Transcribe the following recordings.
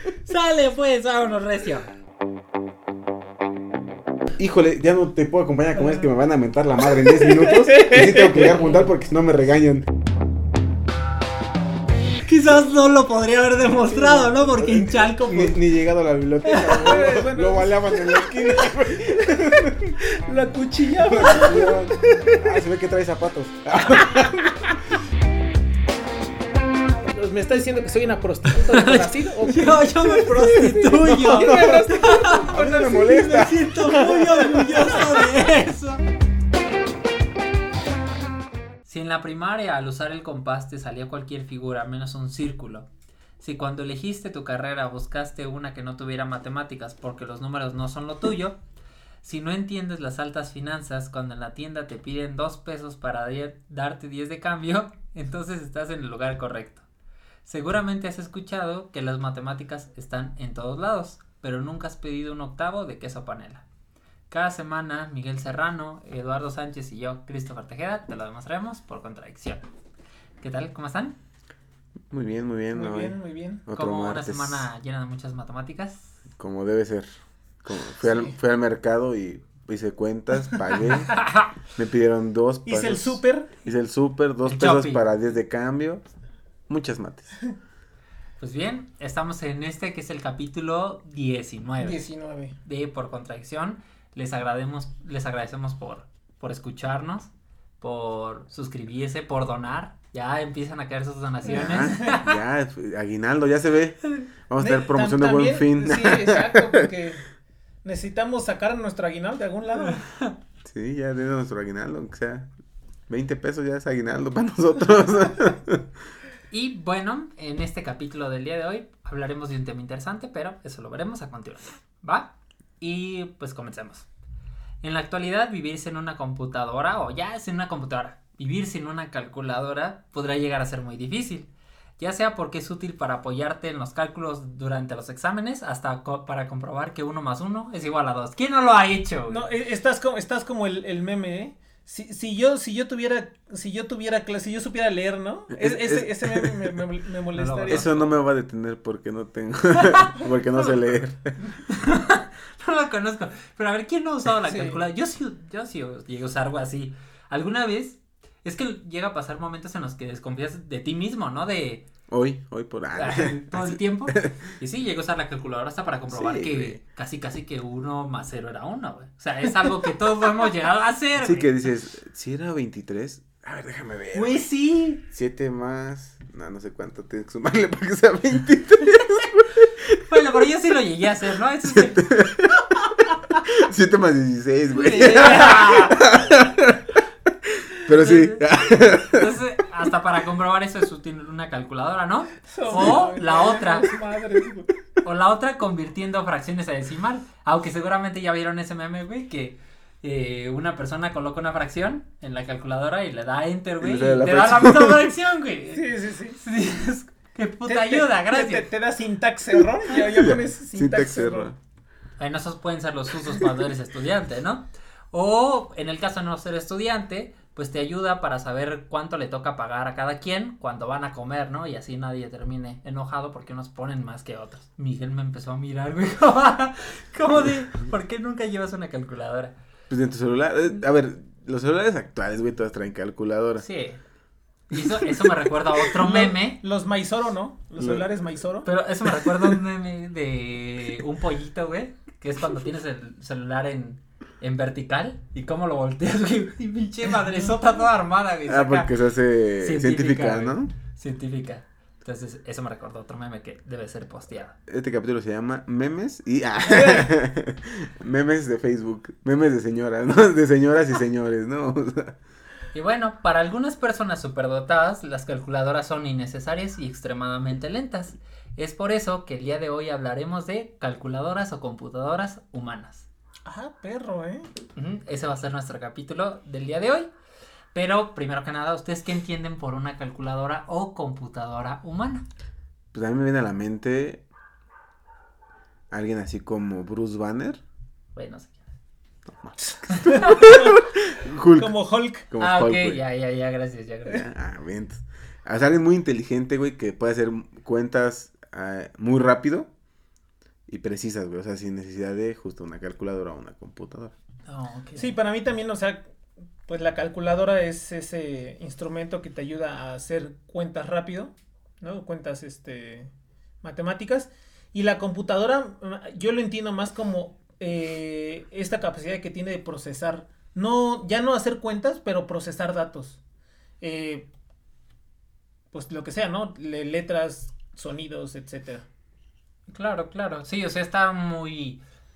Sale pues, vámonos recio. Híjole, ya no te puedo acompañar a comer, es que me van a mentar la madre en 10 minutos. Y sí tengo que llegar a juntar porque si no me regañan. Quizás no lo podría haber demostrado, ¿no? Porque en Chalco pues, Ni llegado a la biblioteca, güey. Lo baleaban en la esquina. la cuchillaba. Se ve que trae zapatos. ¿Me está diciendo que soy una prostituta de Brasil? Yo me prostituyo. Yo me prostituyo. A mí no me molesta. Me siento muy orgulloso de eso. Si en la primaria al usar el compás te salía cualquier figura menos un círculo, si cuando elegiste tu carrera buscaste una que no tuviera matemáticas porque los números no son lo tuyo, si no entiendes las altas finanzas cuando en la tienda te piden 2 pesos para darte 10 de cambio, entonces estás en el lugar correcto. Seguramente has escuchado que las matemáticas están en todos lados, pero nunca has pedido un octavo de queso panela. Cada semana, Miguel Serrano, Eduardo Sánchez y yo, Christopher Tejeda, te lo demostraremos por contradicción. ¿Qué tal? ¿Cómo están? Muy bien, muy bien. Muy bien, muy bien. Otro Como martes, una semana llena de muchas matemáticas. como debe ser. Fui al mercado y hice cuentas, pagué. Me pidieron 2 pesos. Hice el súper. 2 El pesos shopping. para 10 de cambio. Muchas mates. Pues bien, estamos en este que es el capítulo 19. 19. De Por Contradicción. Les agradecemos por escucharnos, por suscribirse, por donar. Ya empiezan a caer sus donaciones. Ya, aguinaldo, ya se ve. Vamos a tener promoción de buen fin. Sí, exacto, porque necesitamos sacar nuestro aguinaldo de algún lado. Sí, ya de nuestro aguinaldo, aunque sea 20 pesos ya es aguinaldo para nosotros. Y bueno, en este capítulo del día de hoy hablaremos de un tema interesante, pero eso lo veremos a continuación, ¿va? Y pues comencemos. En la actualidad, vivir sin una computadora, o ya sin una computadora, vivir sin una calculadora podrá llegar a ser muy difícil. Ya sea porque es útil para apoyarte en los cálculos durante los exámenes, hasta para comprobar que 1 más 1 es igual a 2. ¿Quién no lo ha hecho? No, estás como el meme, ¿eh? Si yo supiera leer, ¿no? Ese meme me molestaría. Eso no me va a detener porque no tengo, porque no sé leer. No lo conozco. Pero a ver, ¿quién no ha usado la Sí. calculadora? Yo sí llegué a usar algo así. ¿Alguna vez? Es que llega a pasar momentos en los que desconfías de ti mismo, ¿no? De Hoy por todo el tiempo. Y sí, llegué a usar la calculadora hasta para comprobar Sí, que güey. casi que 1 más 0 era 1, güey. O sea, es algo que todos hemos llegado a hacer, Sí güey. que dices, si era 23, a ver, déjame ver. Güey, sí. 7 más, no sé cuánto tienes que sumarle para que sea 23. Bueno, pero yo sí lo llegué a hacer, ¿no? Eso sí. 7 más 16, güey. Yeah. Pero sí. Entonces, hasta para comprobar eso es útil una calculadora, ¿no? O la otra. O la otra convirtiendo fracciones a decimal. Aunque seguramente ya vieron ese meme, güey, que una persona coloca una fracción en la calculadora y le da enter, güey, y te da la misma fracción, güey. Sí. Qué puta ayuda, gracias. Te da sintax error. Ya pones sintax error. Bueno, esos pueden ser los usos cuando eres estudiante, ¿no? O en el caso de no ser estudiante, pues te ayuda para saber cuánto le toca pagar a cada quien cuando van a comer, ¿no? Y así nadie termine enojado porque unos ponen más que otros. Miguel me empezó a mirar, güey, como de, ¿por qué nunca llevas una calculadora? Pues en tu celular, a ver, los celulares actuales, güey, todas traen calculadora. Sí. Y eso me recuerda a otro meme. Los Maizoro, ¿no? Los celulares Maizoro. Pero eso me recuerda a un meme de un pollito, güey, que es cuando tienes el celular en vertical y cómo lo volteas, güey, y pinche madresota toda armada, güey. Ah, porque se hace científica, güey. ¿no? Científica. Entonces, eso me recordó otro meme que debe ser posteado. Este capítulo se llama Memes y memes de Facebook, memes de señoras, ¿no? De señoras y señores, ¿no? O sea, Y bueno, para algunas personas superdotadas, las calculadoras son innecesarias y extremadamente lentas. Es por eso que el día de hoy hablaremos de calculadoras o computadoras humanas. Ah, perro, ¿eh? Ese va a ser nuestro capítulo del día de hoy. Pero, primero que nada, ¿ustedes qué entienden por una calculadora o computadora humana? pues a mí me viene a la mente alguien así como Bruce Banner. Güey, no sé quién es. Hulk. Como Hulk. Como Ah, Hulk, ok, güey. ya, gracias. Bien. Entonces, o sea, alguien muy inteligente, güey, que puede hacer cuentas muy rápido y precisas, güey, o sea, sin necesidad de justo una calculadora o una computadora. Oh, okay. Sí, para mí también, o sea, pues la calculadora es ese instrumento que te ayuda a hacer cuentas rápido, ¿no? Cuentas, matemáticas. Y la computadora, yo lo entiendo más como esta capacidad que tiene de procesar, ya no hacer cuentas, pero procesar datos. Pues lo que sea, ¿no? Letras, sonidos, etcétera. Claro, claro. Sí, o sea, está muy...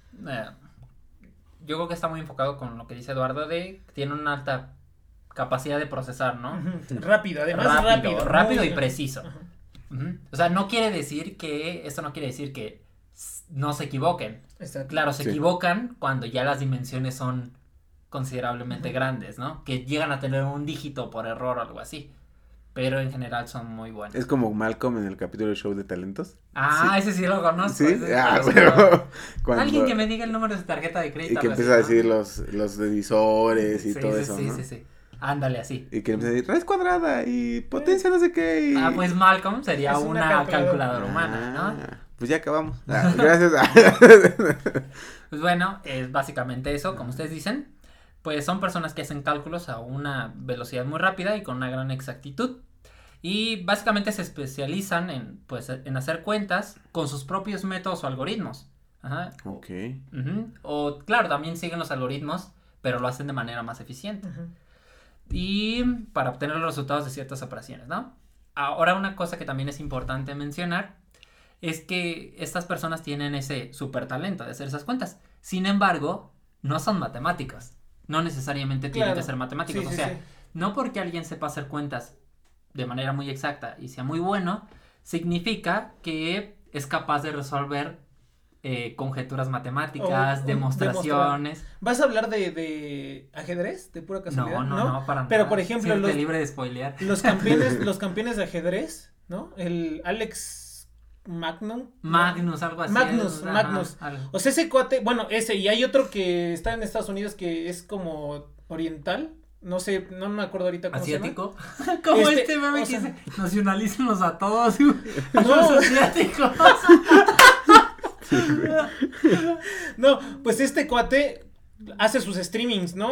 yo creo que está muy enfocado con lo que dice Eduardo de que tiene una alta capacidad de procesar, ¿no? Uh-huh. Rápido, además rápido y preciso. Uh-huh. O sea, no quiere decir que... Esto no quiere decir que no se equivoquen. Exacto. Claro, se equivocan cuando ya las dimensiones son considerablemente grandes, ¿no? Que llegan a tener un dígito por error o algo así. Pero en general son muy buenos. Es como Malcolm en el capítulo de Show de Talentos. Ah, sí. Ese sí lo conozco. Sí, pero cuando... Alguien que me diga el número de su tarjeta de crédito. Y que empieza a decir los divisores y todo eso, ¿no? Sí. Ándale, así. Y que empieza a decir raíz cuadrada y potencia no sé qué. Y... Pues Malcolm sería una calculadora humana, ¿no? Pues ya acabamos. Gracias. Pues bueno, es básicamente eso, como ustedes dicen. Pues son personas que hacen cálculos a una velocidad muy rápida y con una gran exactitud. Y básicamente se especializan en hacer cuentas con sus propios métodos o algoritmos. Ajá. Ok. Uh-huh. O claro, también siguen los algoritmos, pero lo hacen de manera más eficiente. Uh-huh. Y para obtener los resultados de ciertas operaciones, ¿no? Ahora una cosa que también es importante mencionar es que estas personas tienen ese súper talento de hacer esas cuentas. Sin embargo, no son matemáticos. No necesariamente tienen que ser matemáticos. Sí, o sea, no porque alguien sepa hacer cuentas de manera muy exacta y sea muy bueno, significa que es capaz de resolver conjeturas matemáticas, demostraciones. ¿Vas a hablar de ajedrez? ¿De pura casualidad? No, para nada. Pero por ejemplo, libre de spoilear. Los campeones de ajedrez, ¿no? El Alex Magnus, algo así. Magnus. O sea, ese cuate, bueno, y hay otro que está en Estados Unidos que es como oriental. No sé, no me acuerdo ahorita cómo ¿asiático? se llama. Como meme que dice, nacionalícenlos a todos. No, los asiáticos. No, pues este cuate hace sus streamings, ¿no?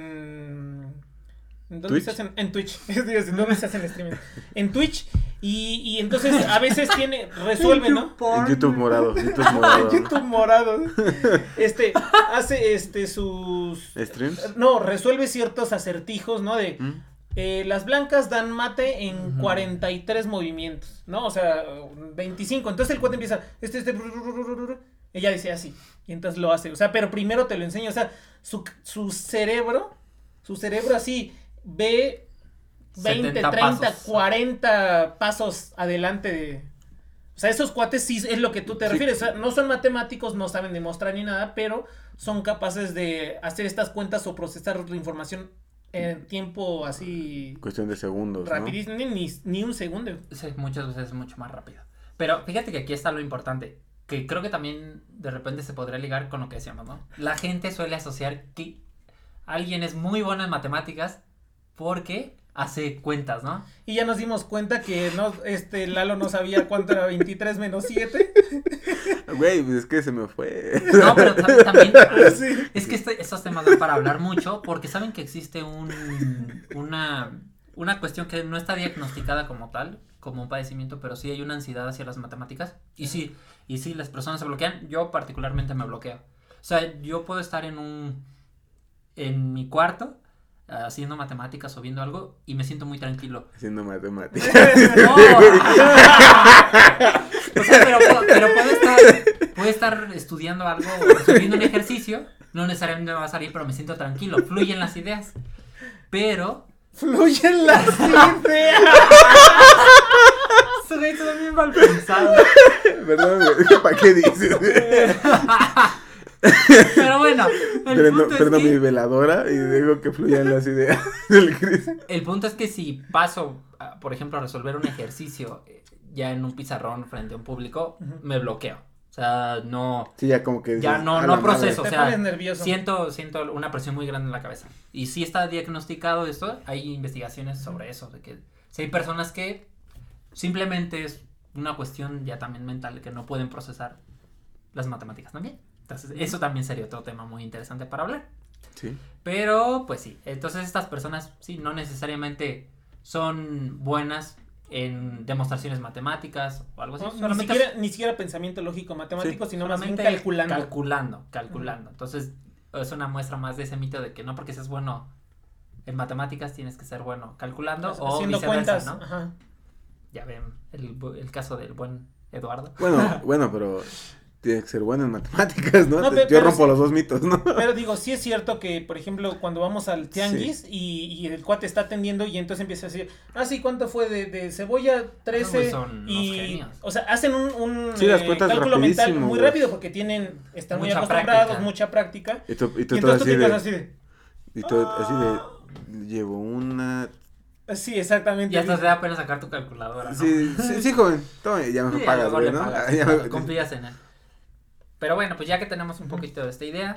¿Dónde se hacen? En Twitch. ¿Dónde se hacen streamings? En Twitch. Y entonces a veces resuelve, ¿no? En YouTube morado. YouTube morado. Hace sus ¿streams? No, resuelve ciertos acertijos, ¿no? De las blancas dan mate en 43 movimientos, ¿no? O sea, 25. Entonces el cuate empieza, ella dice así, y entonces lo hace. O sea, pero primero te lo enseño. O sea, su cerebro así ve 20, 30, pasos. 40 pasos adelante de... O sea, esos cuates sí es lo que tú te refieres. O sea, no son matemáticos, no saben demostrar ni nada, pero son capaces de hacer estas cuentas o procesar la información en tiempo así... Cuestión de segundos, rapidísimo, ¿no? Ni un segundo. Sí, muchas veces es mucho más rápido. Pero fíjate que aquí está lo importante, que creo que también de repente se podría ligar con lo que decíamos, ¿no? La gente suele asociar que alguien es muy bueno en matemáticas porque hace cuentas, ¿no? Y ya nos dimos cuenta que no, Lalo no sabía cuánto era 23 menos 7. Güey, pues es que se me fue. No, pero también sí. Es que estos temas dan para hablar mucho porque saben que existe una cuestión que no está diagnosticada como tal, como un padecimiento, pero sí hay una ansiedad hacia las matemáticas y sí las personas se bloquean. Yo particularmente me bloqueo. O sea, yo puedo estar en mi cuarto haciendo matemáticas o viendo algo y me siento muy tranquilo. Haciendo matemáticas. No. O sea, pero puedo estar estudiando algo o resolviendo un ejercicio, no necesariamente me va a salir, pero me siento tranquilo, fluyen las ideas. Pero fluyen las ideas. Soy bien mal pensado. Perdón, ¿para qué dices? Pero bueno, prendo mi veladora y dejo que fluyan las ideas del Chris. El punto es que si paso, por ejemplo, a resolver un ejercicio ya en un pizarrón frente a un público, me bloqueo. O sea, no. Sí, ya como que dices, ya no proceso. Te o sea, pones nervioso. Siento una presión muy grande en la cabeza. Y sí está diagnosticado esto. Hay investigaciones sobre eso. De que si hay personas que simplemente es una cuestión ya también mental que no pueden procesar las matemáticas también. Entonces, eso también sería otro tema muy interesante para hablar. Sí. Pero, pues sí, entonces estas personas, sí, no necesariamente son buenas en demostraciones matemáticas o algo así. No, ni siquiera pensamiento lógico matemático, sino más bien calculando. Calculando. Entonces, es una muestra más de ese mito de que no porque seas bueno en matemáticas tienes que ser bueno calculando o haciendo viceversa, cuentas, ¿no? Ajá. Ya ven el caso del buen Eduardo. Bueno, pero tiene que ser bueno en matemáticas, ¿no? No, Yo rompo los dos mitos, ¿no? Pero digo, sí es cierto que, por ejemplo, cuando vamos al tianguis y el cuate está atendiendo y entonces empieza a decir, sí, ¿cuánto fue de cebolla? 13 son unos y, genios. o sea, hacen un Sí, las cuentas cálculo mental rapidísimo, muy güey. rápido porque están muy Mucha acostumbrados, práctica. mucha práctica. Y tú Y todo entonces tú así te quedas de... así de, Y tú así de... Llevo una... sí, exactamente. Y hasta te da pena sacar tu calculadora, ¿no? Sí, joven. Toma, ya me Sí, pagas, luego güey, le ¿no? pagas, Ya cuando me- confías en él. Pero bueno, pues ya que tenemos un poquito de esta idea,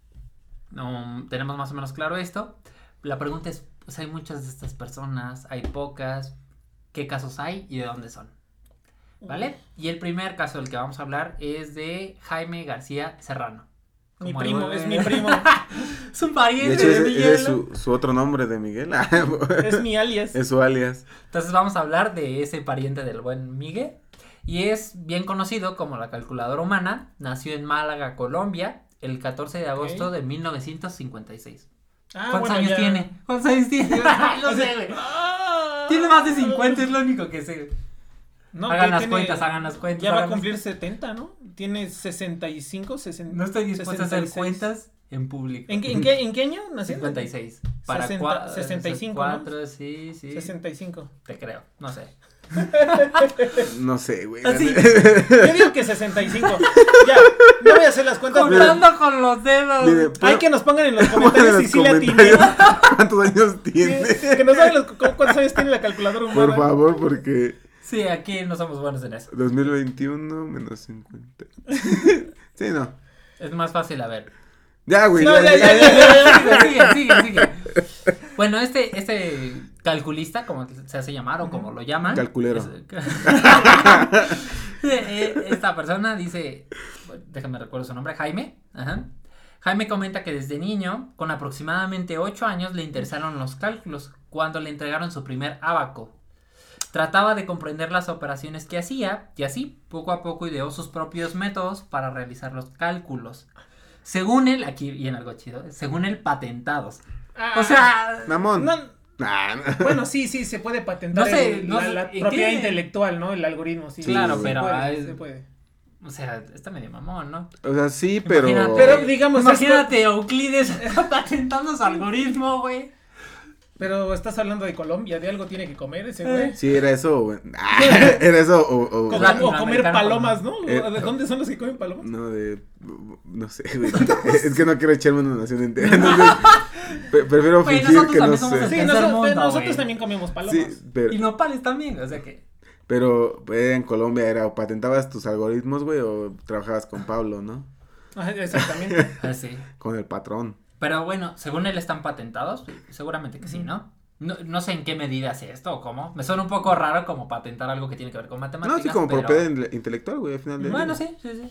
tenemos más o menos claro esto. La pregunta es, pues hay muchas de estas personas, hay pocas, ¿qué casos hay y de dónde son? ¿Vale? Y el primer caso del que vamos a hablar es de Jaime García Serrano. Mi Como primo, el- es mi primo. Es un De pariente hecho, de ese Miguel. es su otro nombre de Miguel. Es mi alias. Es su alias. Entonces vamos a hablar de ese pariente del buen Miguel. Y es bien conocido como la calculadora humana. Nació en Málaga, Colombia, el 14 de agosto de 1956. ¿Cuántos bueno, años ya. tiene? ¿Cuántos años tiene? No sé, güey. Tiene más de 50, es lo único que sé. No, hagan que las tiene- cuentas, hagan las cuentas. Ya va a hagan las cumplir 70, ¿no? Tiene 65, 60. No estoy dispuesto a hacer 66. cuentas en público. ¿En qué año nació? 56. 65, 4, ¿no? sí. 65. Te creo, no sé. No sé, güey. Así. Yo digo que 65. Ya, no voy a hacer las cuentas. pero Contando con los dedos. Mire, hay que nos pongan en los pongan en comentarios los si sí le atiné. comentarios ¿Cuántos años tiene? Que nos hagan cuántos años tiene la calculadora humana. Por favor, porque Sí, aquí no somos buenos en eso. 2021 menos 50. Sí, no. Es más fácil, a ver. Ya, güey. No, ya, ya. Sigue. Bueno, este calculista, como se hace llamar o como lo llaman. Calculero. Esta persona dice, déjame recuerdo su nombre, Jaime. Ajá. Jaime comenta que desde niño, con aproximadamente 8 años, le interesaron los cálculos cuando le entregaron su primer ábaco. Trataba de comprender las operaciones que hacía y así, poco a poco, ideó sus propios métodos para realizar los cálculos. Según él, aquí viene algo chido, según él, patentados. O sea, Mamón. No, Nah, no. bueno, sí, se puede patentar No sé, la ¿en propiedad qué? intelectual, ¿no? El algoritmo, sí. Claro, se pero puede, es- se puede. o sea, está medio mamón, ¿no? O sea, sí, pero. Imagínate. Pero digamos, Imagínate Euclides patentando su algoritmo, güey. Pero estás hablando de Colombia, de algo tiene que comer ese güey. Sí, era eso. Güey. Era eso o O comer Latinoamericano, palomas, ¿no? Eh, ¿De dónde son los que comen palomas? No, no sé, güey. Es que no quiero echarme una nación entera. Entonces, prefiero Güey, fingir nosotros que no también somos sé. Sí, tercer mundo, nosotros güey. también comemos Sí, palomas. Y nopales también, o sea que. pero en Colombia era o patentabas tus algoritmos, güey, o trabajabas con Pablo, ¿no? Ajá, exactamente. Sí. Con el patrón. Pero bueno, según él están patentados, seguramente que sí, ¿no? No sé en qué medida hace esto o cómo. Me suena un poco raro como patentar algo que tiene que ver con matemáticas. No, sí, como pero... propiedad intelectual, güey, al final del Bueno, día. sí.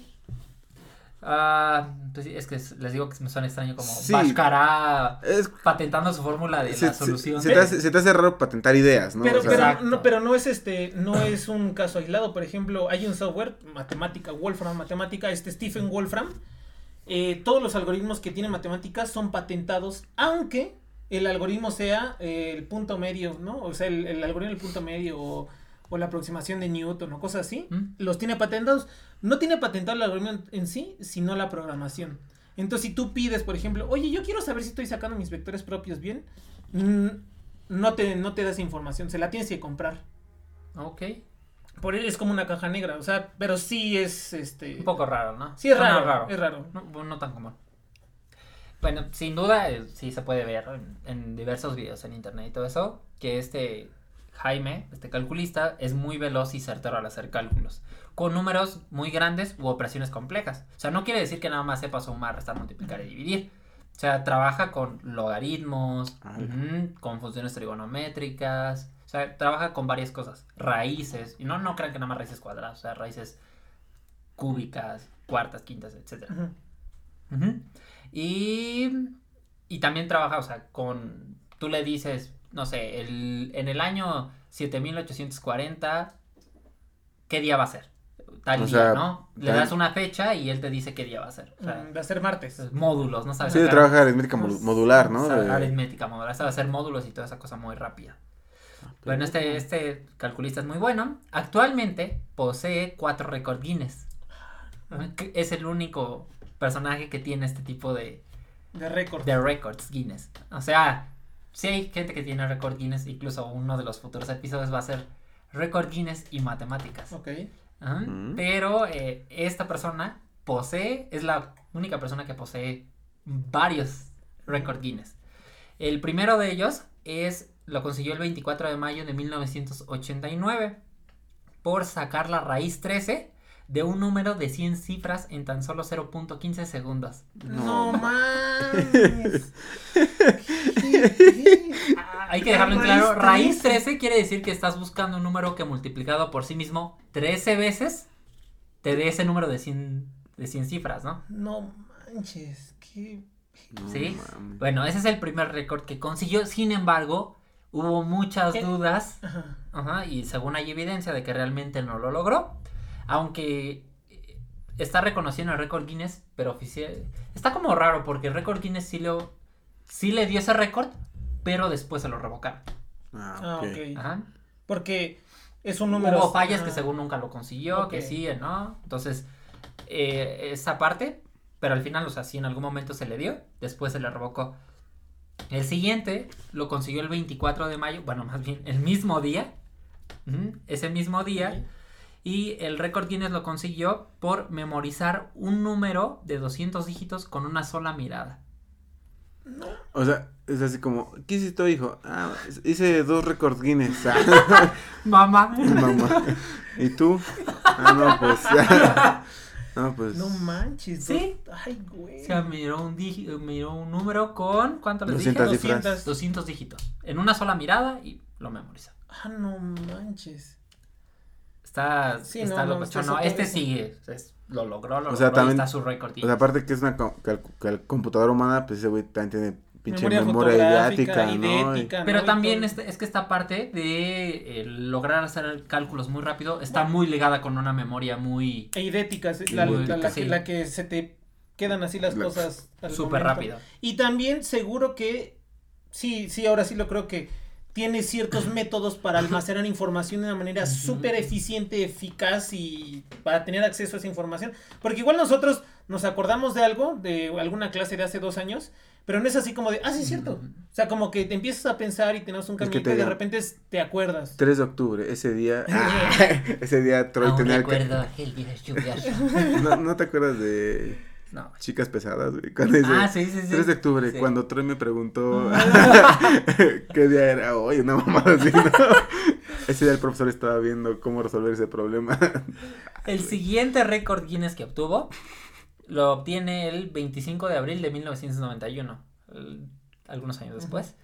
Pues sí, es que les digo que me suena extraño como Sí. Bhaskara Es, patentando su fórmula de la solución. se te hace raro patentar ideas, ¿no? Pero, O sea, Exacto. pero no es no es un caso aislado. Por ejemplo, hay un software, Wolfram Matemática, Stephen Wolfram. Todos los algoritmos que tienen matemáticas son patentados, aunque el algoritmo sea el punto medio, ¿no? O sea, el algoritmo del punto medio o la aproximación de Newton o cosas así, los tiene patentados. No tiene patentado el algoritmo en sí, sino la programación. Entonces, si tú pides, por ejemplo, oye, yo quiero saber si estoy sacando mis vectores propios bien, no te das información, se la tienes que comprar. Ok. Por él es como una caja negra, o sea, pero sí es Un poco raro, ¿no? Sí, es Suena raro, es raro. No tan común. Bueno, sin duda, sí se puede ver en diversos videos en internet y todo eso, que este Jaime, este calculista, es muy veloz y certero al hacer cálculos, con números muy grandes u operaciones complejas. O sea, no quiere decir que nada más sepa sumar, restar, multiplicar y dividir. O sea, trabaja con logaritmos, con funciones trigonométricas, o sea, trabaja con varias cosas, raíces, y no crean que nada más raíces cuadradas, o sea, raíces cúbicas, cuartas, quintas, etcétera. Ujú. Ujú. Y también trabaja, o sea, tú le dices, no sé, en el año 7840, ¿qué día va a ser? Tal O día, sea, ¿no? Le tal- das una fecha y él te dice qué día va a ser. O sea, Va a ser martes. módulos, ¿no sabes? Sí, sacar- trabaja aritmética Pues, modular, ¿no? Aritmética modular, sabe hacer módulos y toda esa cosa muy rápida. Bueno, este calculista es muy bueno. Actualmente posee 4 récords Guinness. Es el único personaje que tiene este tipo De récord. de récords Guinness. O sea, sí hay gente que tiene récord Guinness, incluso uno de los futuros episodios va a ser récord Guinness y matemáticas. Ok. Ajá. Pero esta persona es la única persona que posee varios récord Guinness. El primero de ellos lo consiguió el 24 de mayo de 1989 por sacar la raíz 13 de un número de 100 cifras en tan solo 0.15 segundos. No mames. Hay que dejarlo en claro, raíz 13 quiere decir que estás buscando un número que multiplicado por sí mismo 13 veces te dé ese número de 100 cifras, ¿no? No manches. Qué. No ¿Sí? mames. Bueno, ese es el primer récord que consiguió. Sin embargo, hubo muchas dudas. Ajá. Ajá, y según hay evidencia de que realmente no lo logró. Aunque está reconocido en el récord Guinness, pero oficial. Está como raro porque el récord Guinness sí le dio ese récord, pero después se lo revocaron. Ah, ok. ok. Ajá. Porque es un número. Hubo fallas que ah, según nunca lo consiguió, ok. que sí, ¿no? Entonces, esa parte, pero al final, o sea, sí en algún momento se le dio, después se le revocó. El siguiente lo consiguió el 24 de mayo, bueno, más bien el mismo día, ese mismo día, ok. y el récord Guinness lo consiguió por memorizar un número de 200 dígitos con una sola mirada. O sea, es así como, ¿qué hiciste tú, hijo? Ah, hice 2 récords Guinness. Ah, Mamá. mamá. ¿Y tú? Ah, no, pues. No, pues. No manches. ¿Sí? Ay, güey. O sea, miró un número con, ¿cuánto les dije? 200 cifras. 200 dígitos. En una sola mirada y lo memorizó. Ah, no manches. Está Sí, locochón. no, está No, súper este eso. sigue. Lo logró, O sea, logró, también- y está su récord. O sea, aparte que es una computadora humana, pues ese güey también tiene pinche Memoria memoria fotográfica, idética, ¿no? idética, Pero ¿no? Y también todo. es que esta parte de lograr hacer cálculos muy rápido está muy ligada con una memoria muy Eidéticas, Sí. la que se te quedan así las La- cosas al súper momento. rápida. Y también seguro que, sí, ahora sí lo creo que tiene ciertos métodos para almacenar información de una manera súper eficiente, eficaz y para tener acceso a esa información. Porque igual nosotros nos acordamos de algo, de alguna clase de hace 2 años, pero no es así como de, sí, es cierto. O sea, como que te empiezas a pensar y tenemos un Es que caminito y de digo, repente te acuerdas. 3 de octubre, ese día. Ese día Troy Aún tenía recuerdo el día lluvioso. ¿No te acuerdas de No. Chicas Pesadas, güey? Cuando dice Sí. 3 de octubre, Sí. cuando Troy me preguntó qué día era hoy, una mamada así, ¿no? Ese día el profesor estaba viendo cómo resolver ese problema. El siguiente récord Guinness que obtuvo lo obtiene el 25 de abril de 1991, algunos años después.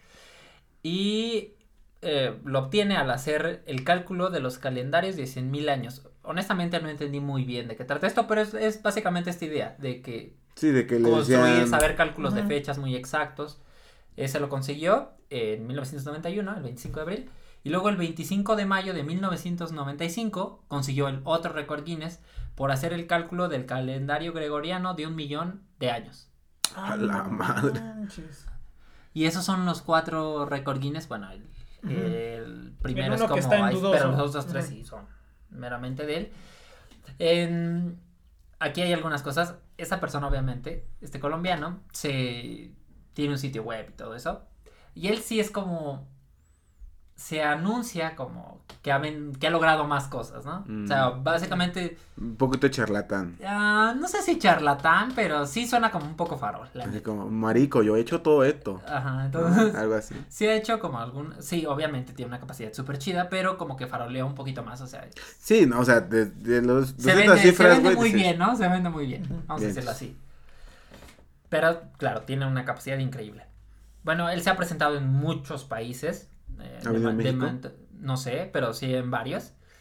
Y lo obtiene al hacer el cálculo de los calendarios de 100.000 años. Honestamente no entendí muy bien de qué trata esto, pero es básicamente esta idea de que Sí, de que le construir, decían... saber cálculos de Ujú. fechas muy exactos. Ese lo consiguió en 1991, el 25 de abril. Y luego el 25 de mayo de 1995 consiguió el otro récord Guinness por hacer el cálculo del calendario gregoriano de 1.000.000 de años. A la no madre. manches. Y esos son los 4 récord Guinness. Bueno, el primero El es uno que como está en dudoso. pero los otros 3 Ujú. sí son meramente de él. Aquí hay algunas cosas. Esta persona, obviamente, este colombiano, tiene un sitio web y todo eso. Y él sí es como... Se anuncia como que ha logrado más cosas, ¿no? O sea, básicamente... Un poquito charlatán. no sé si charlatán, pero sí suena como un poco farol. La Así neta. como, marico, yo he hecho todo esto. Ajá, ¿no? entonces... Algo así. Sí ha hecho como sí, obviamente tiene una capacidad súper chida, pero como que farolea un poquito más, o sea... Sí, no, o sea, de los Se 200 vende, cifras, se vende güey, muy dices, bien, ¿no? Se vende muy bien, vamos Bien. a decirlo así. Pero, claro, tiene una capacidad increíble. Bueno, él se ha presentado en muchos países. ¿Ha venido a México? no sé, pero sí en varios.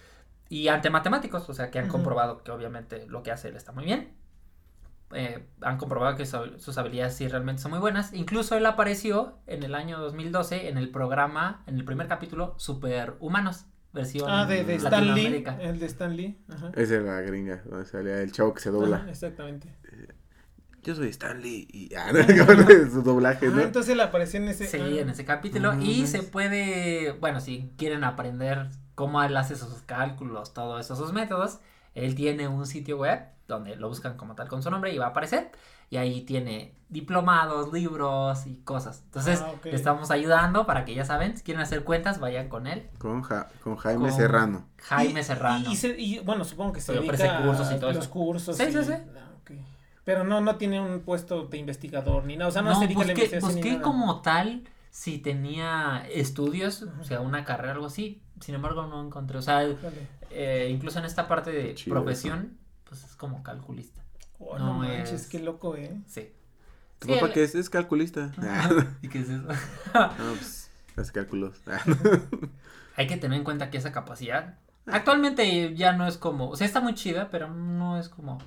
Y ante matemáticos, o sea, que han Ujú. comprobado que obviamente lo que hace él está muy bien. Han comprobado que sus habilidades sí realmente son muy buenas. Incluso él apareció en el año 2012 en el programa, en el primer capítulo, Superhumanos, versión De Stan Lee, Latinoamérica. el de Stan Lee. Ajá. Esa es la gringa, donde salía el chavo que se dobla. Ajá, exactamente. Yo soy Stan Lee y su doblaje, ¿no? Entonces él apareció en ese. Sí, en ese capítulo. No Y mames. se puede, bueno, si quieren aprender cómo él hace sus cálculos, todo eso, sus métodos, él tiene un sitio web donde lo buscan como tal con su nombre y va a aparecer. Y ahí tiene diplomados, libros y cosas. Entonces, ok. le estamos ayudando para que ya saben, si quieren hacer cuentas, vayan con él. Con Jaime Con Serrano. Jaime Serrano. Y, bueno, supongo que se Pero ofrece dedica cursos y todo a los eso. cursos. Sí, sí, sí. Ok. Pero no tiene un puesto de investigador ni nada. O sea, no se dedica a la investigación ni busqué nada. como tal si tenía estudios, Ujú. o sea, una carrera o algo así. Sin embargo, no encontré. O sea, Órale. incluso en esta parte de Chido profesión, pues es como calculista. Oh, No no manches, es- qué loco, ¿eh? Sí. ¿Tu Sí, papá él- qué es? Es calculista. ¿Y qué es eso? No, pues, hace cálculos. Hay que tener en cuenta que esa capacidad actualmente ya no es como, o sea, está muy chida, pero no es como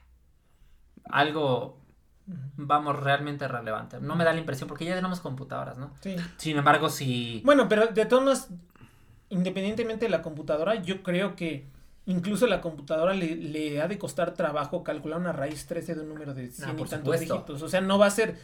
algo, vamos, realmente relevante. No me da la impresión porque ya tenemos computadoras, ¿no? Sí. Sin embargo, si... Bueno, pero de todas maneras, independientemente de la computadora, yo creo que incluso la computadora le ha de costar trabajo calcular una raíz 13 de un número de 100 y por tantos supuesto. dígitos. O sea, no va a ser.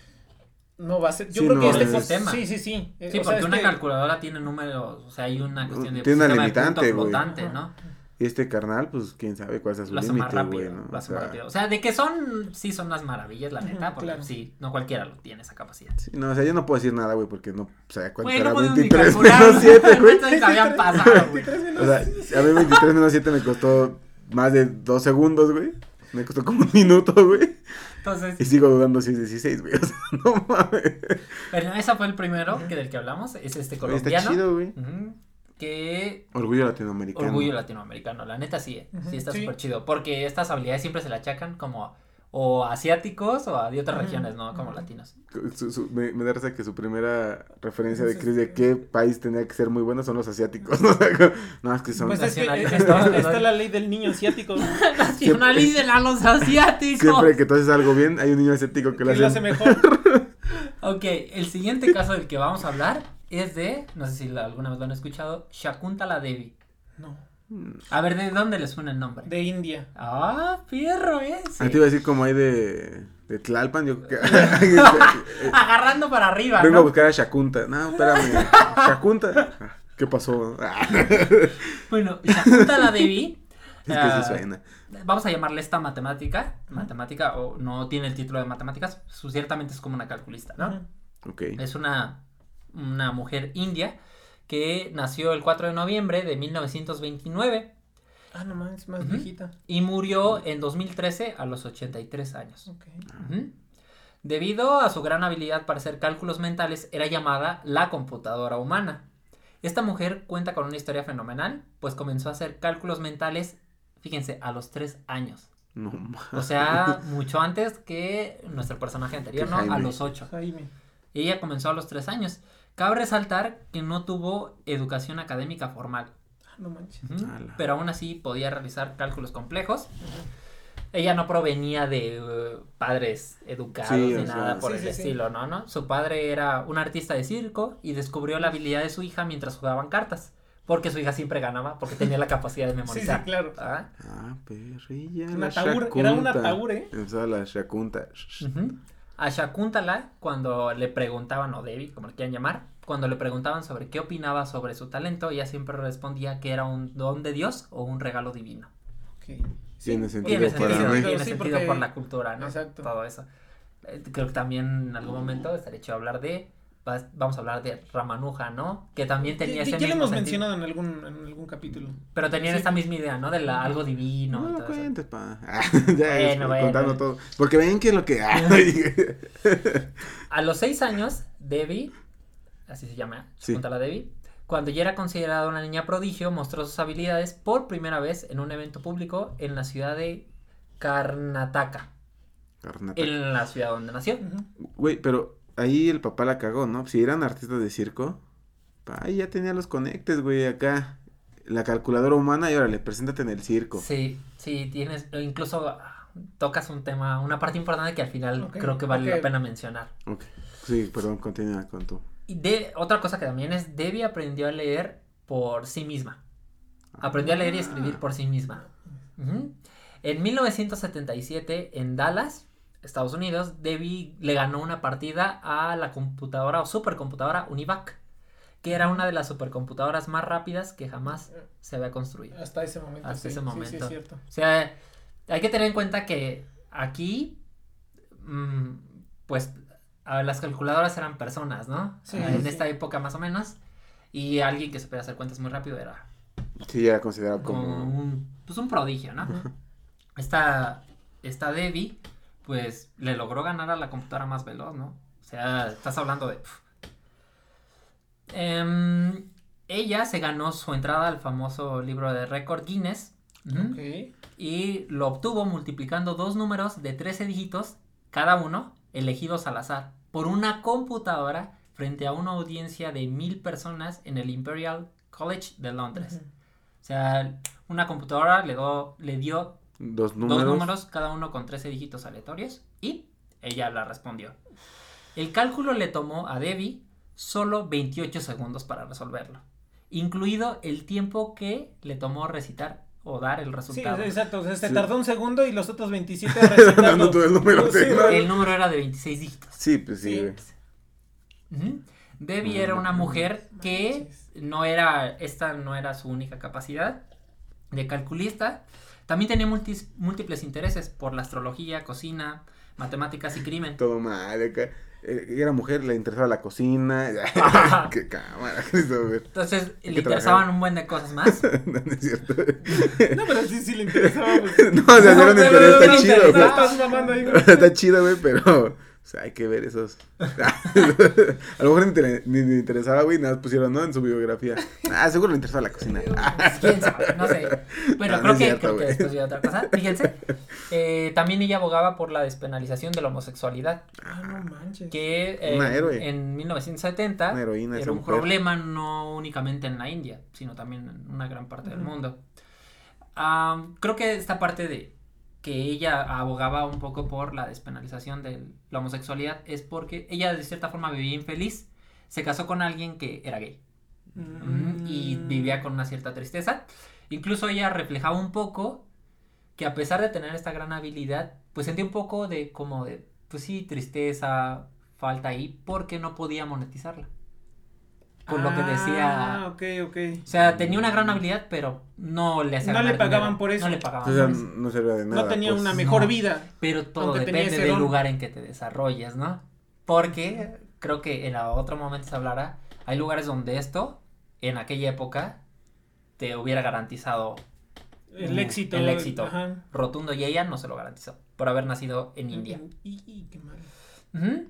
Yo Sí, creo no, que es- sistema. Sí. Sí, O sea, porque es una que- calculadora tiene números, o sea, hay una cuestión de Tiene una sistema de punto limitante, güey. flotante, ¿no? Y este carnal, pues quién sabe cuál es su Lo hace más límite, güey, rápido, ¿no? lo O hace más sea, rápido. O sea, de que sí son unas maravillas, la Ujú, neta, porque claro. sí, no cualquiera lo tiene esa capacidad. sí, no, o sea, yo no puedo decir nada, güey, porque no, o sea, cuánto Güey, era no podemos ni 23 calcular menos 7, güey. cuántos habían pasado, güey. O sea, a mí 23 menos 7 me costó más de 2 segundos, güey. Me costó como un minuto, güey. Entonces, Y sigo dudando si es 16, güey. O sea, no mames. pero ese fue el primero del que hablamos, es este Oye, está colombiano. chido, güey. Ujú, que Orgullo latinoamericano. orgullo latinoamericano, la neta sí, Ujú, sí está sí. súper chido, porque estas habilidades siempre se le achacan como o asiáticos o a de otras Ujú, regiones, ¿no? Como ujú. latinos. Me da risa que su primera referencia de Sí, Chris sí. de qué país tenía que ser muy bueno son los asiáticos. ¿No? O sea, no, es que son... Pues es que Nacionalidad. está la ley del niño asiático. Nacionalicen a los asiáticos. Siempre que tú haces algo bien, hay un niño asiático que Que lo lo hace... hace mejor. Ok, el siguiente caso del que vamos a hablar es de, no sé si alguna vez lo han escuchado, Shakuntala Devi. No, A ver, ¿de dónde les suena el nombre? de India. Ah, fierro, sí. Ah, te iba a decir como hay de Tlalpan, yo creo que... Agarrando para arriba, Vengo a ¿no? buscar a Shakunta. No, espérame. Shakunta. Ah, ¿qué pasó? Ah, Bueno, Shakuntala Devi. es que sí suena. Vamos a llamarle esta matemática, o no tiene el título de matemáticas, ciertamente es como una calculista, ¿no? Ujú. Ok. Es una mujer india que nació el 4 de noviembre de 1929 Ah, no más, más Ujú. viejita. y murió en 2013 a los 83 años. Ok. Ujú. Debido a su gran habilidad para hacer cálculos mentales, era llamada la computadora humana. Esta mujer cuenta con una historia fenomenal, pues comenzó a hacer cálculos mentales, fíjense, a los 3 años. No ma- O sea, mucho antes que nuestro personaje anterior, Que ¿no? A Jaime. los 8. Jaime. Y ella comenzó a los 3 años. Cabe resaltar que no tuvo educación académica formal. Ah, no manches. Ujú. Ala. Pero aún así podía realizar cálculos complejos. Ella no provenía de padres educados Sí, ni o sea, nada por sí, el sí, sí. estilo, ¿no? Su padre era un artista de circo y descubrió la habilidad de su hija mientras jugaban cartas. Porque su hija siempre ganaba, porque tenía la capacidad de Sí, memorizar. sí, claro. ¿Ah? Ah, perrilla. Un la ataúd, era un Shakunta. ataúd, ¿eh? O sea, la Shakunta. Ujú. A Shakuntala, cuando le preguntaban, o Devi, como le quieran llamar, cuando le preguntaban sobre qué opinaba sobre su talento, ella siempre respondía que era un don de Dios o un regalo divino. Ok. Sí, Tiene sentido Tiene para sentido, mí. tiene sí, sentido porque- por la cultura, ¿no? Exacto. Todo eso. Creo que también en algún momento estaría chido hablar de, vamos a hablar de Ramanuja, ¿no? Que también tenía ese Ya lo mismo hemos sentido, mencionado en algún capítulo. pero tenían Sí. esta misma idea, ¿no? De algo divino y No, todo eso. cuentes, pa. Ya es, Bueno. contando todo. Porque ven que es lo que... A los 6 años, Devi, así se llama, Sí. Shakuntala Devi, cuando ya era considerada una niña prodigio, mostró sus habilidades por primera vez en un evento público en la ciudad de Karnataka, Karnataka. en la ciudad donde nació. Ujú. Güey, pero ahí el papá la cagó, ¿no? Si eran artistas de circo, ahí ya tenía los conectes, güey, acá. la calculadora humana y órale, preséntate en el circo. Sí, tienes, incluso tocas un tema, una parte importante que al final creo que vale la pena mencionar. Ok, sí, perdón, continúa con tú. Y otra cosa que también es, Debbie aprendió a leer por sí misma. Aprendió a leer y escribir por sí misma. En 1977, en Dallas, Estados Unidos, Debbie le ganó una partida a la computadora o supercomputadora UNIVAC, que era una de las supercomputadoras más rápidas que jamás se había construido. Hasta ese momento. Hasta ese momento. Sí, es cierto. O sea, hay que tener en cuenta que aquí, pues, las calculadoras eran personas, ¿no? Sí, en esta época más o menos. Y alguien que se podía hacer cuentas muy rápido era... Sí, era considerado como... un prodigio, ¿no? Esta Debbie, pues, le logró ganar a la computadora más veloz, ¿no? O sea, estás hablando de... ella se ganó su entrada al famoso libro de récord Guinness. Y lo obtuvo multiplicando dos números de 13 dígitos, cada uno, elegidos al azar, por una computadora frente a una audiencia de 1000 personas en el Imperial College de Londres. O sea, una computadora le dio dos números, cada uno con 13 dígitos aleatorios, y ella la respondió. El cálculo le tomó a Debbie solo 28 segundos para resolverlo, incluido el tiempo que le tomó recitar o dar el resultado. Sí, exacto, o sea, se tardó un segundo y los otros 27 recitarlo. el número, el número era de 26 dígitos. Sí, pues sí, güey. Debbie era una mujer que esta no era su única capacidad de calculista. También tenía múltiples intereses por la astrología, cocina, matemáticas y crimen. Todo mal, acá. Era mujer, le interesaba la cocina. Qué cámara, Christopher. Entonces, le interesaban un buen de cosas más. No es cierto. No, pero sí le interesaba. Pues. No, o sea, era un interés, está chido, güey. Estás mamando ahí, güey. Está chido, güey, pero... O sea, hay que ver esos. A lo mejor ni le interesaba, güey, nada más pusieron, ¿no? En su biografía. Seguro le interesaba la cocina. Quién sabe, no sé. Bueno, creo que después vi otra cosa. Fíjense. También ella abogaba por la despenalización de la homosexualidad. No manches. Que Una héroe. En 1970 una heroína, era un problema no únicamente en la India, sino también en una gran parte del mundo. Creo que esta parte de que ella abogaba un poco por la despenalización de la homosexualidad es porque ella de cierta forma vivía infeliz, se casó con alguien que era gay y vivía con una cierta tristeza. Incluso ella reflejaba un poco que a pesar de tener esta gran habilidad, pues sentía un poco de como de, pues sí, tristeza, falta ahí, porque no podía monetizarla. Por lo que decía. Ok. O sea, tenía una gran habilidad, pero no le hacía. No le pagaban dinero. por eso. No le pagaban O sea, por eso. no servía de nada. No tenía pues. una mejor vida. Pero todo Aunque tenía depende ese del don. lugar en que te desarrolles, ¿no? Porque creo que en otro momento se hablará. Hay lugares donde esto, en aquella época, te hubiera garantizado El éxito. Ajá. rotundo, y ella no se lo garantizó por haber nacido en India. Qué mal.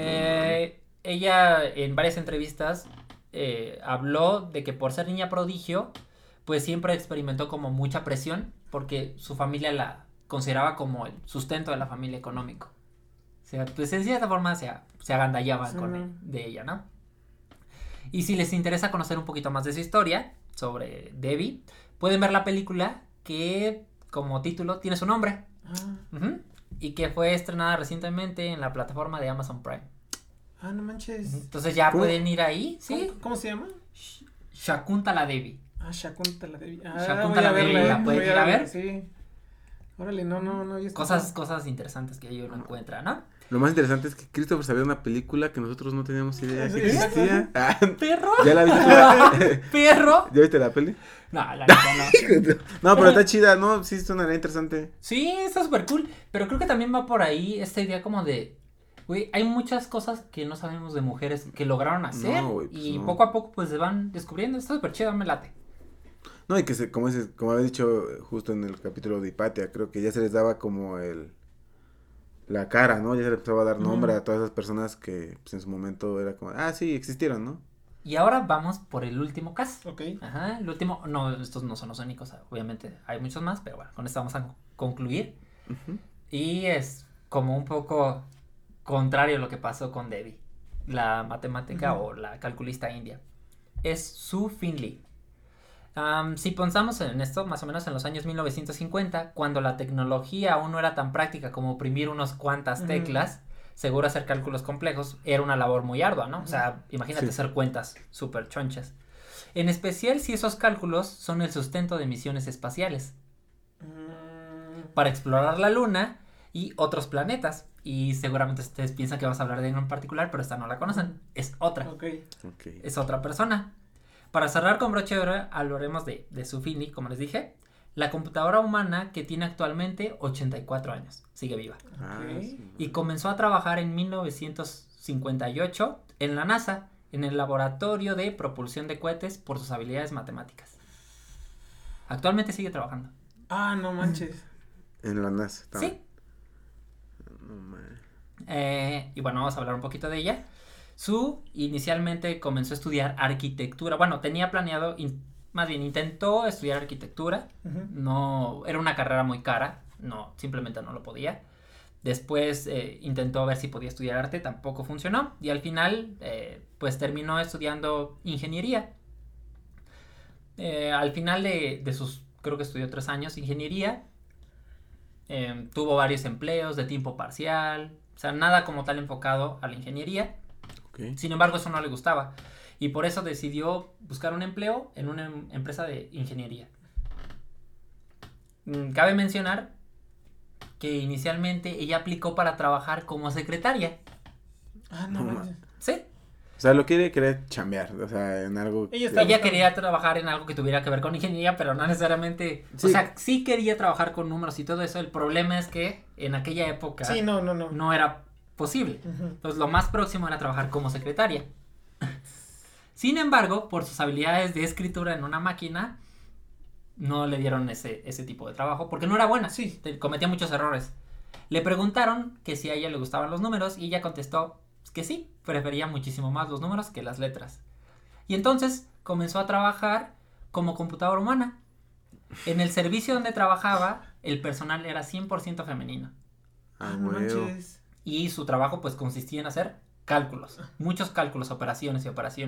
Ella en varias entrevistas habló de que por ser niña prodigio, pues siempre experimentó como mucha presión porque su familia la consideraba como el sustento de la familia económico. O sea, pues en cierta forma se agandallaban de ella, ¿no? Y si les interesa conocer un poquito más de su historia sobre Debbie, pueden ver la película que como título tiene su nombre. Y que fue estrenada recientemente en la plataforma de Amazon Prime. No manches. Entonces ya pueden ir ahí, ¿sí? ¿Cómo se llama? Shakuntala Devi. Shakuntala Devi. Shakuntala Devi, la pueden ir a ver. Sí. Órale, no. Cosas interesantes que ellos no encuentran, ¿no? Lo más interesante es que Christopher sabía una película que nosotros no teníamos idea que existía. ¿Perro? ¿Ya la viste? ¿Perro? ¿Ya viste la peli? No, la neta no. No, pero está chida, ¿no? Sí, suena interesante. Sí, está súper cool. Pero creo que también va por ahí esta idea como de... Güey, hay muchas cosas que no sabemos de mujeres que lograron hacer. No, güey, pues y no. poco a poco pues se van descubriendo. Está súper chido, me late. No, y que como había dicho justo en el capítulo de Hipatia, creo que ya se les daba como la cara, ¿no? Ya se les empezaba a dar nombre a todas esas personas que pues, en su momento era como, sí, existieron, ¿no? Y ahora vamos por el último caso. Ok. Ajá, el último, no, estos no son los únicos, obviamente hay muchos más, pero bueno, con esto vamos a concluir. Y es como un poco contrario a lo que pasó con Debbie, la matemática o la calculista india. Es Sue Finley. Si pensamos en esto, más o menos en los años 1950, cuando la tecnología aún no era tan práctica como oprimir unas cuantas teclas, seguro hacer cálculos complejos era una labor muy ardua, ¿no? O sea, imagínate hacer cuentas súper chonchas. En especial si esos cálculos son el sustento de misiones espaciales. Para explorar la Luna y otros planetas. Y seguramente ustedes piensan que vas a hablar de uno en particular, pero esta no la conocen. Es otra. Es otra persona. Para cerrar con broche de oro, hablaremos de Sufini, como les dije. La computadora humana que tiene actualmente 84 años. Sigue viva. Y comenzó a trabajar en 1958 en la NASA, en el laboratorio de propulsión de cohetes por sus habilidades matemáticas. Actualmente sigue trabajando. Ah, no manches. En la NASA también. Sí. No manches. Y bueno, vamos a hablar un poquito de ella. Su inicialmente comenzó a estudiar arquitectura. Bueno, tenía planeado, más bien intentó estudiar arquitectura. No, era una carrera muy cara. No, simplemente no lo podía. Después intentó ver si podía estudiar arte, tampoco funcionó. Y al final, pues terminó estudiando ingeniería. Al final de sus, creo que estudió 3 años ingeniería. Tuvo varios empleos de tiempo parcial. O sea, nada como tal enfocado a la ingeniería. Sin embargo, eso no le gustaba. Y por eso decidió buscar un empleo en una empresa de ingeniería. Cabe mencionar que inicialmente ella aplicó para trabajar como secretaria. Ah, no. Sí. O sea, lo quería chambear, o sea, en algo... Ella quería trabajar en algo que tuviera que ver con ingeniería, pero no necesariamente... Sí. O sea, sí quería trabajar con números y todo eso. El problema es que en aquella época... Sí, no. No era posible. Entonces, lo más próximo era trabajar como secretaria. Sin embargo, por sus habilidades de escritura en una máquina, no le dieron ese tipo de trabajo, porque no era buena. Sí. Cometía muchos errores. Le preguntaron que si a ella le gustaban los números y ella contestó que sí, prefería muchísimo más los números que las letras. Y entonces comenzó a trabajar como computadora humana. En el servicio donde trabajaba, el personal era 100% femenino. Ah, bueno. Y su trabajo pues consistía en hacer cálculos. Muchos cálculos, operaciones.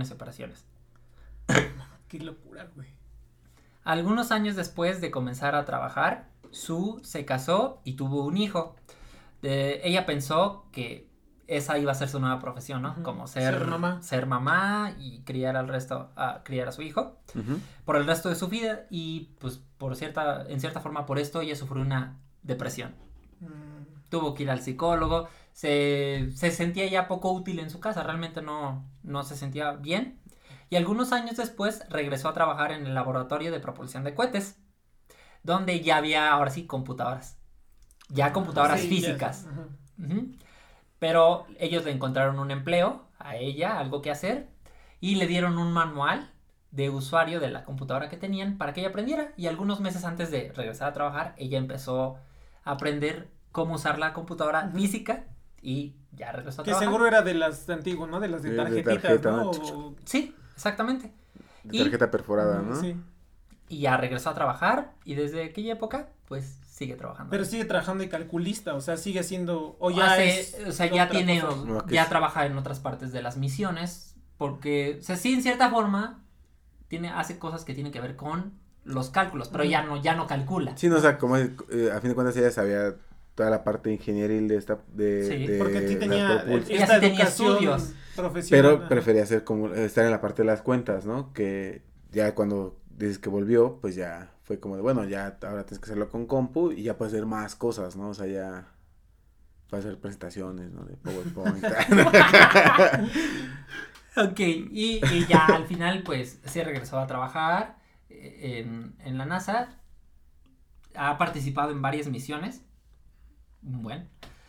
Qué locura, güey. Algunos años después de comenzar a trabajar, Sue se casó y tuvo un hijo. Ella pensó que esa iba a ser su nueva profesión, ¿no? Como ser mamá y criar a su hijo por el resto de su vida. Y pues en cierta forma por esto ella sufrió una depresión. Tuvo que ir al psicólogo. Se sentía ya poco útil en su casa. Realmente no se sentía bien. Y algunos años después regresó a trabajar en el laboratorio de propulsión de cohetes, donde ya había ahora sí computadoras. Ya computadoras físicas. Pero ellos le encontraron un empleo a ella, algo que hacer, y le dieron un manual de usuario de la computadora que tenían para que ella aprendiera. Y algunos meses antes de regresar a trabajar, ella empezó a aprender cómo usar la computadora física y ya regresó a trabajar. Que seguro era de las antiguas, ¿no? De las de tarjetitas, ¿no? Sí, exactamente. De tarjeta perforada, ¿no? Sí. Y ya regresó a trabajar y desde aquella época, pues sigue trabajando. Pero sigue trabajando de calculista, o sea, sigue siendo... ya trabaja en otras partes de las misiones, porque, o sea, sí, en cierta forma, hace cosas que tienen que ver con los cálculos, pero ya no calcula. Sí, no, o sea, como a fin de cuentas ella sabía toda la parte ingenieril de esta... porque sí tenía estudios profesional. Pero prefería estar en la parte de las cuentas, ¿no? Que ya cuando dices que volvió, pues ya fue como de, bueno, ya ahora tienes que hacerlo con compu y ya puedes hacer más cosas, ¿no? O sea, ya puedes hacer presentaciones, ¿no? De PowerPoint. Ok, y ya al final, pues, se regresó a trabajar en la NASA. Ha participado en varias misiones. Bueno.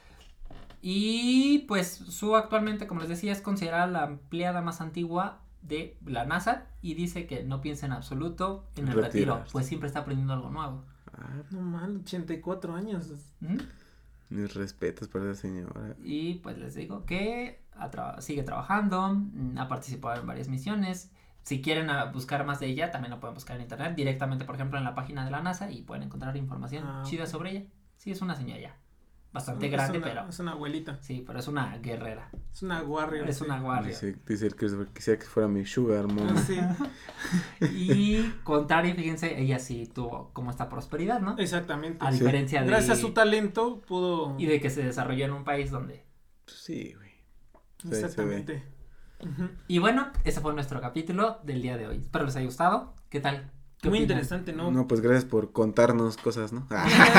Y pues Sue actualmente, como les decía, es considerada la empleada más antigua de la NASA y dice que no piensa en absoluto en el retiro, pues siempre está aprendiendo algo nuevo. No mal, 84 años. Mis respetos para esa señora. Y pues les digo que sigue trabajando, ha participado en varias misiones. Si quieren buscar más de ella, también lo pueden buscar en internet, directamente, por ejemplo, en la página de la NASA y pueden encontrar información chida sobre ella. Sí, es una señora ya bastante grande, pero... Es una abuelita. Sí, pero es una guerrera. Es una warrior. Es una warrior. Dice el Christopher, quisiera que fuera mi sugar mom. Sí. Y contrario, fíjense, ella sí tuvo como esta prosperidad, ¿no? Exactamente. A diferencia de... Gracias a su talento pudo... Y de que se desarrolló en un país donde... Sí, güey. Exactamente. Uh-huh. Y bueno, ese fue nuestro capítulo del día de hoy. Espero les haya gustado. ¿Qué tal? ¿Qué Muy opinan? interesante, ¿no? No, pues gracias por contarnos cosas, ¿no?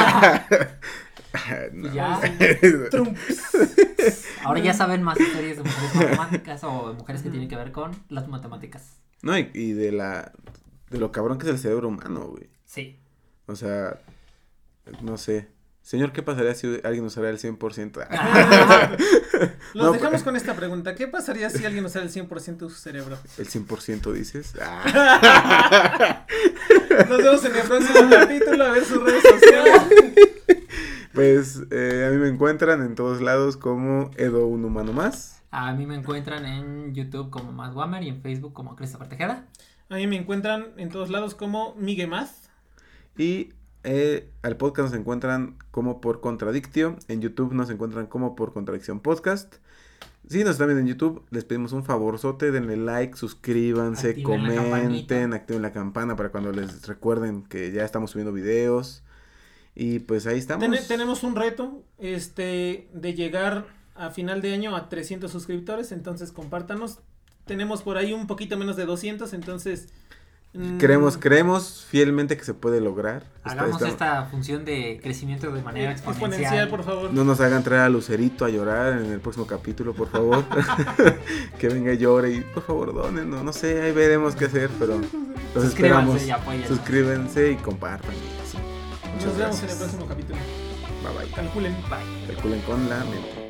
No. Ya. Trump. Ahora ya saben más historias de mujeres matemáticas o de mujeres que tienen que ver con las matemáticas. No, y de lo cabrón que es el cerebro humano, güey. Sí. O sea, no sé. Señor, ¿qué pasaría si alguien usara el 100%? Los No, dejamos con esta pregunta. ¿Qué pasaría si alguien usara el 100% de su cerebro? ¿El 100% dices? Nos vemos en el próximo capítulo. A ver sus redes sociales. Pues a mí me encuentran en todos lados como Edo un humano más. A mí me encuentran en YouTube como Matt Wammer y en Facebook como Christopher Tejeda. A mí me encuentran en todos lados como Miguel Maz. Y al podcast nos encuentran como por Contradictio. En YouTube nos encuentran como por Contradicción Podcast. Si nos están viendo en YouTube, les pedimos un favorzote, denle like, suscríbanse, comenten, activen la campana para cuando les recuerden que ya estamos subiendo videos. Y pues ahí estamos. Tenemos un reto de llegar a final de año a 300 suscriptores, entonces compártanos. Tenemos por ahí un poquito menos de 200, entonces... Creemos fielmente que se puede lograr. Hagamos esta función de crecimiento de manera exponencial, por favor. No nos hagan traer a Lucerito a llorar en el próximo capítulo, por favor. Que venga y llore y por favor donen, no sé, ahí veremos qué hacer, pero los esperamos. Suscríbanse y compartan. Sí. Nos vemos en el próximo capítulo. Bye bye. Calculen. Bye. Calculen con la mente.